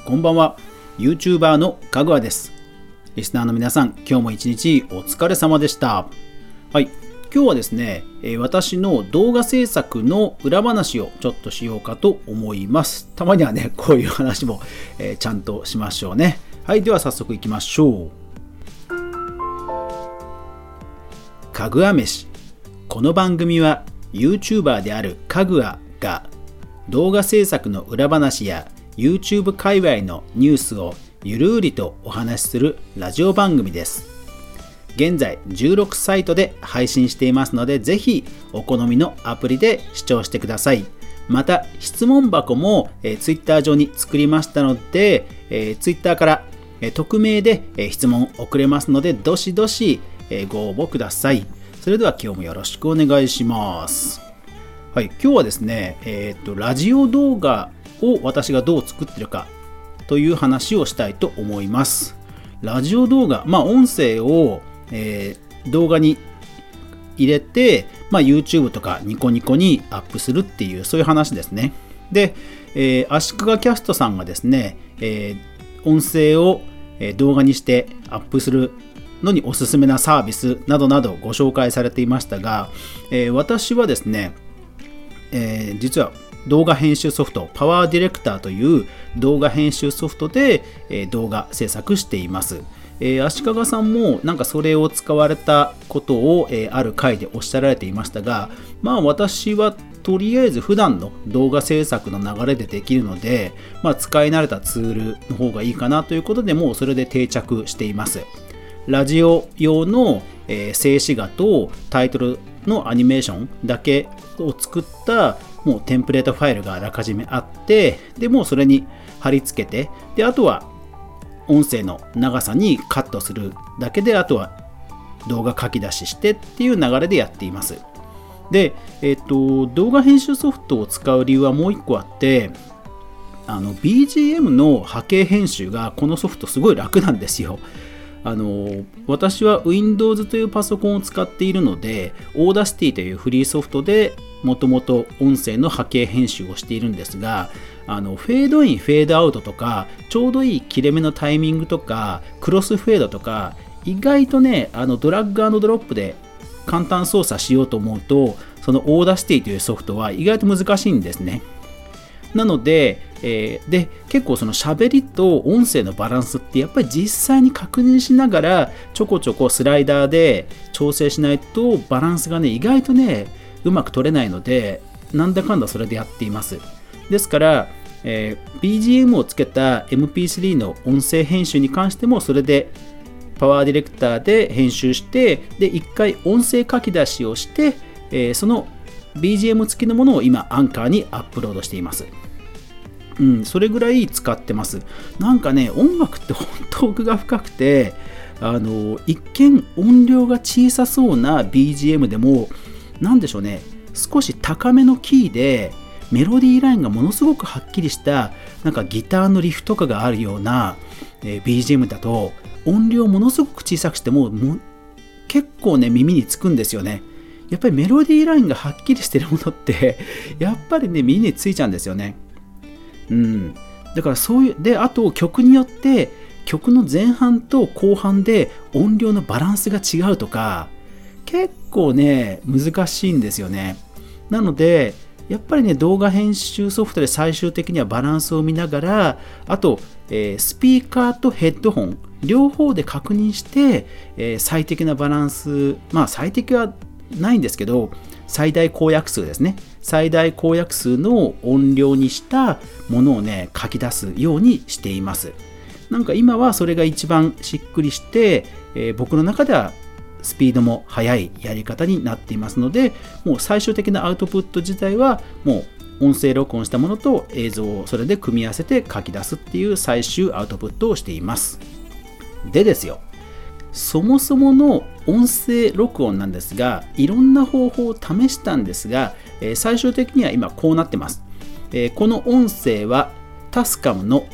こんばんは。 YouTuber のかぐわです。リスナーの皆さん、今日も一日お疲れ様でした。はい、今日はですね、私の動画制作の裏話をちょっとしようかと思います。たまにはね、こういう話も、ちゃんとしましょうね。はい、では早速いきましょう。かぐわ飯。この番組は YouTuber であるかぐわが動画制作の裏話や YouTube 界隈のニュースをゆるりとお話しするラジオ番組です。現在16サイトで配信していますので、ぜひお好みのアプリで視聴してください。また質問箱も、Twitter 上に作りましたので、Twitter から、匿名で、質問送れますので、どしどし、ご応募ください。それでは今日もよろしくお願いします。はい、今日はですね、ラジオ動画を私がどう作ってるかという話をしたいと思います。ラジオ動画、音声を、動画に入れて、YouTube とかニコニコにアップするっていう、そういう話ですね。で、足利キャストさんがですね、音声を動画にしてアップするのにおすすめなサービスなどなどご紹介されていましたが、私はですね、実は動画編集ソフトパワーディレクターという動画編集ソフトで、動画制作しています。足利さんもなんかそれを使われたことを、ある回でおっしゃられていましたが、私はとりあえず普段の動画制作の流れでできるので、使い慣れたツールの方がいいかなということで、もうそれで定着しています。ラジオ用の、静止画とタイトルのアニメーションだけを作ったもうテンプレートファイルがあらかじめあって、でもうそれに貼り付けて、であとは音声の長さにカットするだけで、あとは動画書き出ししてっていう流れでやっています。で、動画編集ソフトを使う理由はもう一個あって、BGM の波形編集がこのソフトすごい楽なんですよ。私は Windows というパソコンを使っているので、Audacity というフリーソフトでもともと音声の波形編集をしているんですが、フェードインフェードアウトとか、ちょうどいい切れ目のタイミングとか、クロスフェードとか、意外とね、ドラッグ&ドロップで簡単操作しようと思うと、その Audacity というソフトは意外と難しいんですね。なので、結構その喋りと音声のバランスってやっぱり実際に確認しながらちょこちょこスライダーで調整しないとバランスがね、意外とねうまく取れないので、なんだかんだそれでやっています。ですから、BGM をつけた MP3 の音声編集に関してもそれでパワーディレクターで編集して、で一回音声書き出しをして、その BGM 付きのものを今アンカーにアップロードしています。それぐらい使ってます。なんかね、音楽って本当奥が深くて、一見音量が小さそうな BGM でも、なんでしょうね、少し高めのキーでメロディーラインがものすごくはっきりしたなんかギターのリフとかがあるような、BGM だと音量ものすごく小さくしても結構ね耳につくんですよね。やっぱりメロディーラインがはっきりしてるものってやっぱりね耳についちゃうんですよね。だからそういうで、あと曲によって曲の前半と後半で音量のバランスが違うとか、結構ね難しいんですよね。なのでやっぱりね、動画編集ソフトで最終的にはバランスを見ながら、あと、スピーカーとヘッドホン両方で確認して、最適なバランス、最適はないんですけど、最大公約数ですね、最大公約数の音量にしたものをね書き出すようにしています。なんか今はそれが一番しっくりして、僕の中ではスピードも速いやり方になっていますので、もう最終的なアウトプット自体はもう音声録音したものと映像をそれで組み合わせて書き出すっていう最終アウトプットをしています。でですよ、そもそもの音声録音なんですが、いろんな方法を試したんですが、最終的には今こうなってます。この音声はタスカムの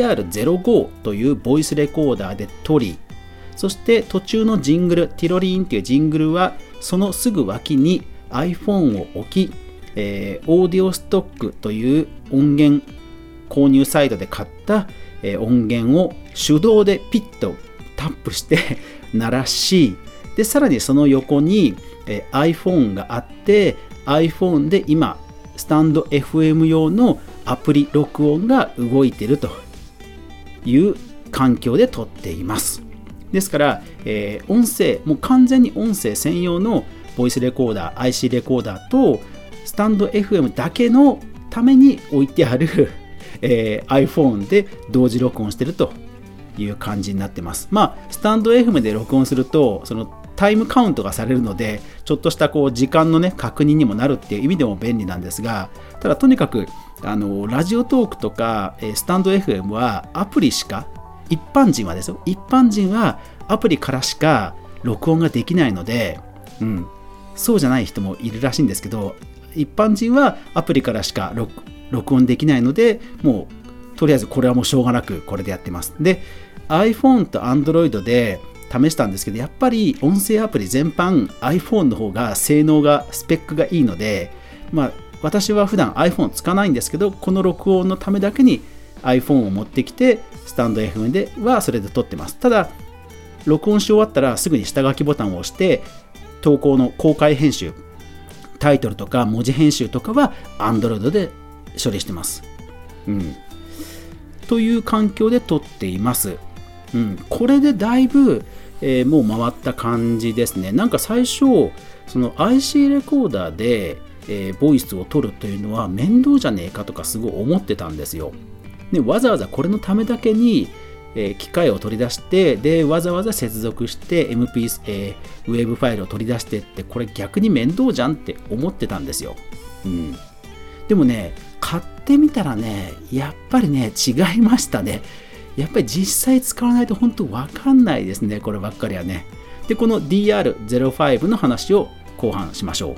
DR05 というボイスレコーダーで撮り、そして途中のジングル、ティロリーンというジングルはそのすぐ脇に iPhone を置き、オーディオストックという音源購入サイトで買った、音源を手動でピッとタップして鳴らし、でさらにその横に、iPhone があって、 iPhone で今スタンド FM 用のアプリ録音が動いているという環境で撮っています。ですから、音声もう完全に音声専用のボイスレコーダー、 IC レコーダーとスタンド FM だけのために置いてある、iPhone で同時録音しているという感じになってます。スタンド FM で録音するとそのタイムカウントがされるので、ちょっとした時間の確認にもなるっていう意味でも便利なんですが、ただとにかくラジオトークとかスタンド FM はアプリしか、一般人はですよ、一般人はアプリからしか録音ができないので、そうじゃない人もいるらしいんですけど、一般人はアプリからしか録音できないので、もうとりあえずこれはもうしょうがなくこれでやってます。で iPhone と Android で試したんですけど、やっぱり音声アプリ全般 iPhone の方が性能がスペックがいいので、私は普段 iPhone 使わないんですけど、この録音のためだけに iPhone を持ってきてスタンド FM ではそれで撮ってます。ただ録音し終わったらすぐに下書きボタンを押して投稿の公開編集、タイトルとか文字編集とかは Android で処理してます。という環境で撮っています。これでだいぶ、もう回った感じですね。なんか最初その IC レコーダーで、ボイスを取るというのは面倒じゃねえかとかすごい思ってたんですよ。でわざわざこれのためだけに、機械を取り出して、でわざわざ接続して MP、ウェブファイルを取り出してって、これ逆に面倒じゃんって思ってたんですよ。でもね、買ってみたらね、やっぱりね違いましたね。やっぱり実際使わないと本当分かんないですね、こればっかりはね。でこの DR05 の話を後半しましょう。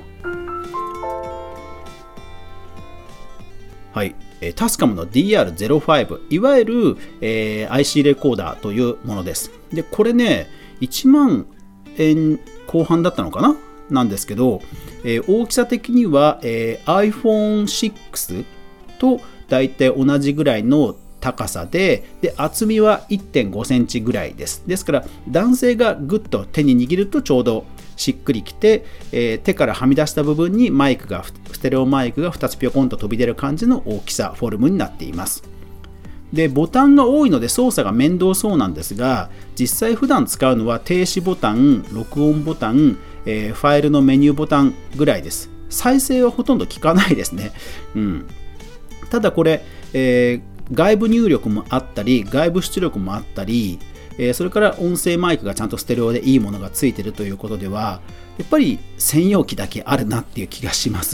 はい、タスカムの DR05、 いわゆる、IC レコーダーというものです。でこれね1万円後半だったのかななんですけど、大きさ的には、iPhone6 とだいたい同じぐらいの高さで、厚みは 1.5 センチぐらいです。ですから男性がグッと手に握るとちょうどしっくりきて、手からはみ出した部分にステレオマイクが2つピョコンと飛び出る感じの大きさ、フォルムになっています。でボタンが多いので操作が面倒そうなんですが、実際普段使うのは停止ボタン、録音ボタン、ファイルのメニューボタンぐらいです。再生はほとんど効かないですね。ただこれ、外部入力もあったり、外部出力もあったり、それから音声マイクがちゃんとステレオでいいものがついているということでは、やっぱり専用機だけあるなっていう気がします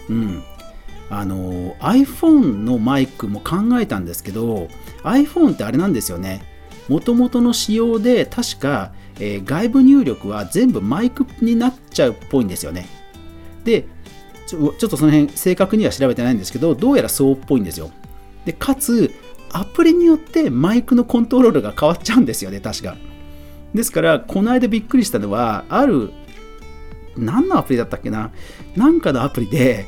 。iPhone のマイクも考えたんですけど、 iPhone ってあれなんですよね。もともとの仕様で確か、外部入力は全部マイクになっちゃうっぽいんですよね。でちょっとその辺正確には調べてないんですけど、どうやらそうっぽいんですよ。でかつアプリによってマイクのコントロールが変わっちゃうんですよね、確か。ですからこの間びっくりしたのは、ある何のアプリだったっけな、なんかのアプリで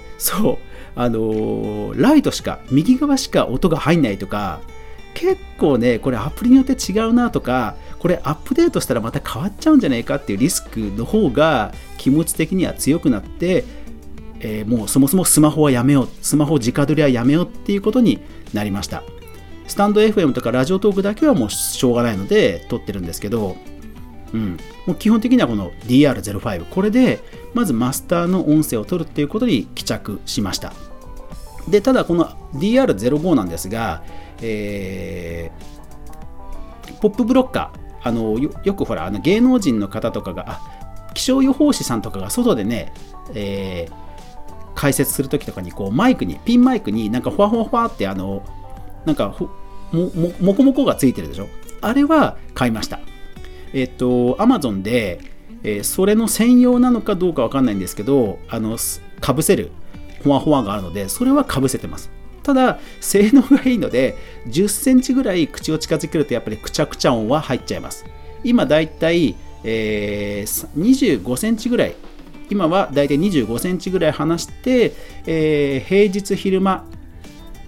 ライトしか、右側しか音が入んないとか、結構ねこれアプリによって違うなとか、これアップデートしたらまた変わっちゃうんじゃないかっていうリスクの方が気持ち的には強くなって、もうそもそもスマホはやめよう、スマホ直撮りはやめようっていうことになりました。スタンド FM とかラジオトークだけはもうしょうがないので撮ってるんですけど、もう基本的にはこの DR05、 これでまずマスターの音声を取るっていうことに帰着しました。でただこの DR05 なんですが、ポップブロッカー、よくほら芸能人の方とかが、気象予報士さんとかが外でね、解説するときとかにこうマイクに、ピンマイクになんかフワフワフワってなんかモコモコがついてるでしょ。あれは買いました。Amazon で、それの専用なのかどうかわかんないんですけど、かぶせるフワフワがあるので、それはかぶせてます。ただ性能がいいので10センチぐらい口を近づけるとやっぱりくちゃくちゃ音は入っちゃいます。今だいたい25センチぐらい、今はだいたい25センチぐらい離して、平日昼間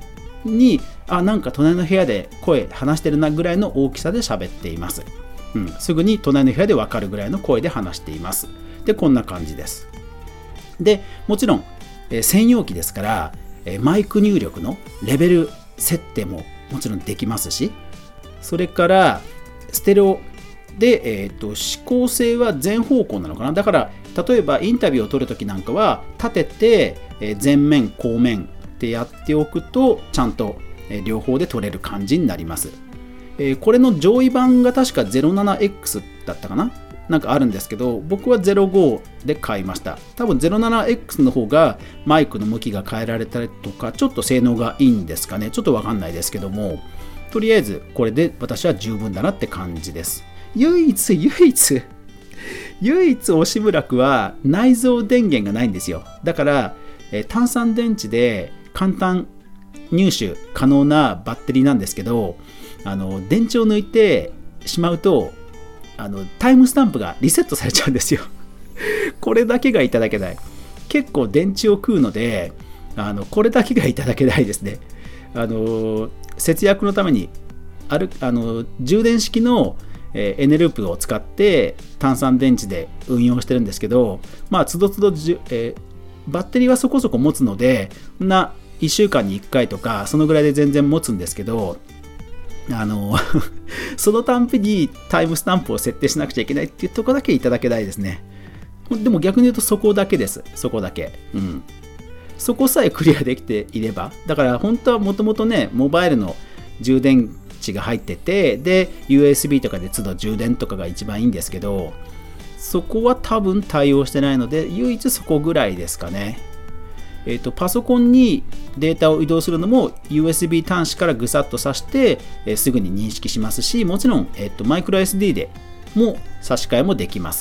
になんか隣の部屋で声話してるなぐらいの大きさで喋っています。すぐに隣の部屋で分かるぐらいの声で話しています。でこんな感じです。でもちろん、専用機ですから、マイク入力のレベル設定ももちろんできますし、それからステレオで、指向性は全方向なのかな。だから例えばインタビューを取るときなんかは立てて、前面後面ってやっておくとちゃんと、両方で取れる感じになります。これの上位版が確か 07X だったかな、なんかあるんですけど、僕は05で買いました。多分 07X の方がマイクの向きが変えられたりとかちょっと性能がいいんですかね、ちょっとわかんないですけども、とりあえずこれで私は十分だなって感じです。唯一押村区は内蔵電源がないんですよ。だから、単3電池で簡単入手可能なバッテリーなんですけど、電池を抜いてしまうとタイムスタンプがリセットされちゃうんですよ。これだけがいただけない。結構電池を食うのでこれだけがいただけないですね。節約のために充電式のエネループを使って単3電池で運用してるんですけど、つどつどバッテリーはそこそこ持つので1週間に1回とかそのぐらいで全然持つんですけど、そのたんびにタイムスタンプを設定しなくちゃいけないっていうところだけいただけないですね。でも逆に言うとそこだけです。そこだけ。そこさえクリアできていれば、だから本当はもともとね、モバイルの充電池が入ってて、で USB とかで都度充電とかが一番いいんですけど、そこは多分対応してないので唯一そこぐらいですかね。パソコンにデータを移動するのも USB 端子からぐさっと挿して、すぐに認識しますし、もちろん、マイクロ SD でも差し替えもできます。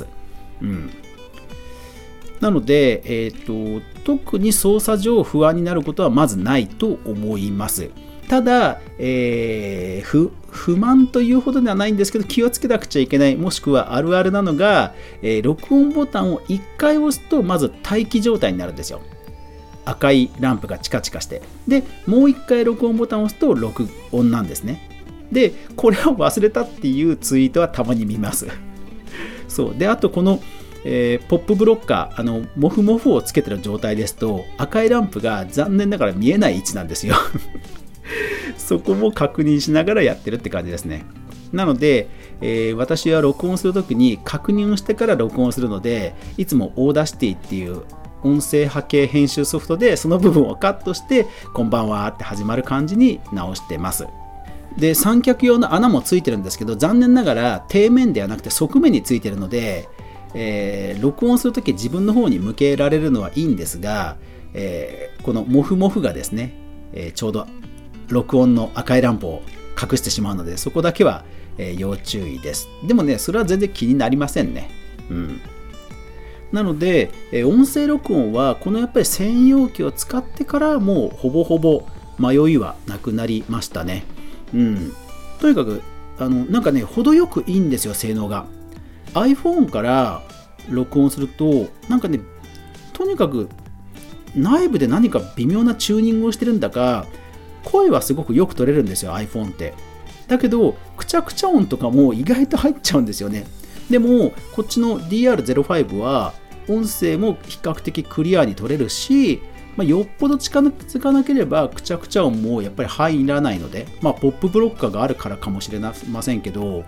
なので、特に操作上不安になることはまずないと思います。ただ、不満というほどではないんですけど、気をつけなくちゃいけない、もしくはあるあるなのが、録音ボタンを1回押すとまず待機状態になるんですよ。赤いランプがチカチカして、でもう1回録音ボタンを押すと録音なんですね。でこれを忘れたっていうツイートはたまに見ます。そうで、あとこの、ポップブロッカーモフモフをつけてる状態ですと赤いランプが残念ながら見えない位置なんですよ。そこも確認しながらやってるって感じですね。なので、私は録音するときに確認をしてから録音するので、いつもオーダーシティっていう音声波形編集ソフトでその部分をカットしてこんばんはって始まる感じに直してます。で三脚用の穴もついてるんですけど、残念ながら底面ではなくて側面についてるので、録音するとき自分の方に向けられるのはいいんですが、このモフモフがですね、ちょうど録音の赤いランプを隠してしまうので、そこだけは、要注意です。でもね、それは全然気になりませんね。なので、音声録音はこのやっぱり専用機を使ってからもうほぼほぼ迷いはなくなりましたね。とにかくなんかね、程よくいいんですよ、性能が。iPhone から録音するとなんかね、とにかく内部で何か微妙なチューニングをしてるんだか、声はすごくよく取れるんですよ iPhone って。だけどくちゃくちゃ音とかも意外と入っちゃうんですよね。でもこっちの DR05 は音声も比較的クリアに取れるし、よっぽど近づかなければくちゃくちゃ音もやっぱり入らないので、ポップブロッカーがあるからかもしれませんけど、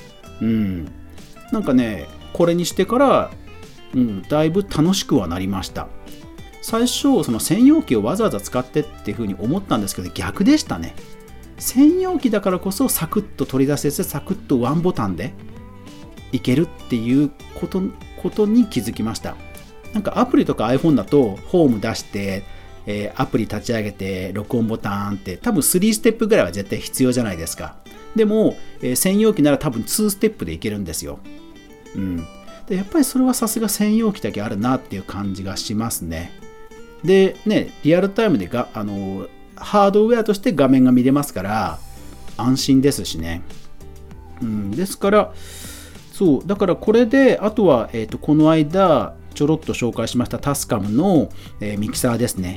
なんかね、これにしてから、だいぶ楽しくはなりました。最初その専用機をわざわざ使ってっていう風に思ったんですけど、逆でしたね。専用機だからこそサクッと取り出せて、サクッとワンボタンでいけるっていうことに気づきました。なんかアプリとか iPhone だとホーム出して、アプリ立ち上げて録音ボタンって多分3ステップぐらいは絶対必要じゃないですか。でも、専用機なら多分2ステップでいけるんですよ。でやっぱりそれはさすが専用機だけあるなっていう感じがしますね。でね、リアルタイムでハードウェアとして画面が見れますから安心ですしね。ですからそうだからこれであとは、この間ちょろっと紹介しましたタスカムの、ミキサーですね。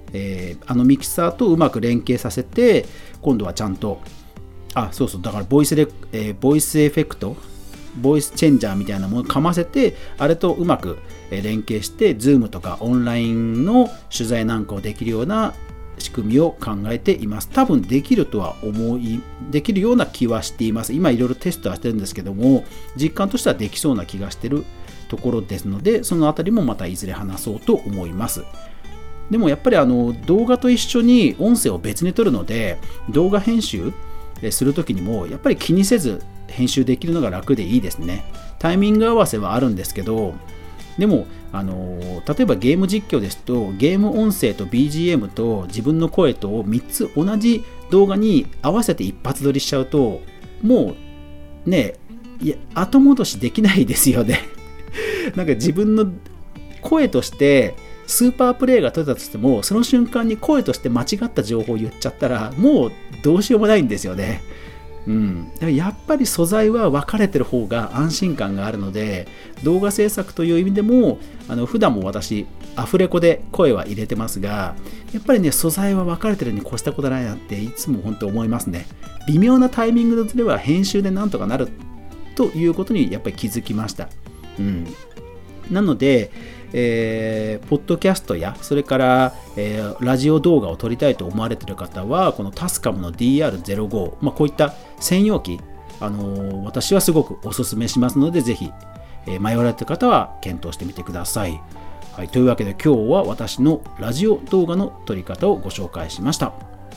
あのミキサーとうまく連携させて、今度はちゃんとそうだからボイスエフェクト、ボイスチェンジャーみたいなものをかませて、あれとうまく連携して Zoom とかオンラインの取材なんかをできるような仕組みを考えています。多分できるような気はしています。今いろいろテストはしてるんですけども、実感としてはできそうな気がしてるところですので、そのあたりもまたいずれ話そうと思います。でもやっぱり動画と一緒に音声を別に撮るので、動画編集するときにもやっぱり気にせず編集できるのが楽でいいですね。タイミング合わせはあるんですけど、でも例えばゲーム実況ですと、ゲーム音声と BGM と自分の声とを3つ同じ動画に合わせて一発撮りしちゃうと、もうね、後戻しできないですよね。なんか自分の声としてスーパープレイが取れたとしても、その瞬間に声として間違った情報を言っちゃったら、もうどうしようもないんですよね。だからやっぱり素材は分かれてる方が安心感があるので、動画制作という意味でも普段も私アフレコで声は入れてますが、やっぱりね、素材は分かれてるに越したことないなっていつも本当思いますね。微妙なタイミングのズレは編集でなんとかなるということにやっぱり気づきました。なのでポッドキャストやそれから、ラジオ動画を撮りたいと思われている方は、このタスカムの DR05、こういった専用機、私はすごくおすすめしますので、ぜひ、迷われている方は検討してみてください。はい、というわけで今日は私のラジオ動画の撮り方をご紹介しました。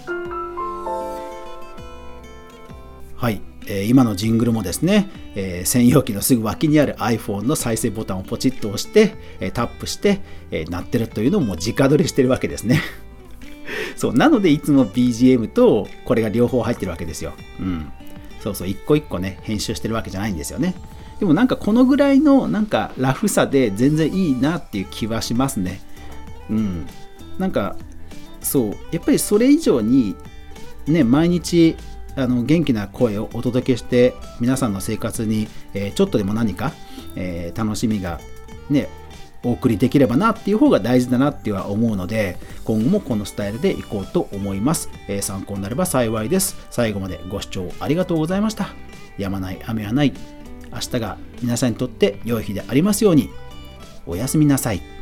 はい、今のジングルもですね、専用機のすぐ脇にある iPhone の再生ボタンをポチッと押して、タップして、鳴ってるというのをもう直撮りしてるわけですね。そうなのでいつも BGM とこれが両方入ってるわけですよ。一個一個ね編集してるわけじゃないんですよね。でもなんかこのぐらいのなんかラフさで全然いいなっていう気はしますね。なんかやっぱりそれ以上にね、毎日元気な声をお届けして皆さんの生活に、ちょっとでも何か、楽しみがねお送りできればなっていう方が大事だなっては思うので、今後もこのスタイルでいこうと思います。参考になれば幸いです。最後までご視聴ありがとうございました。止まない雨はない。明日が皆さんにとって良い日でありますように。おやすみなさい。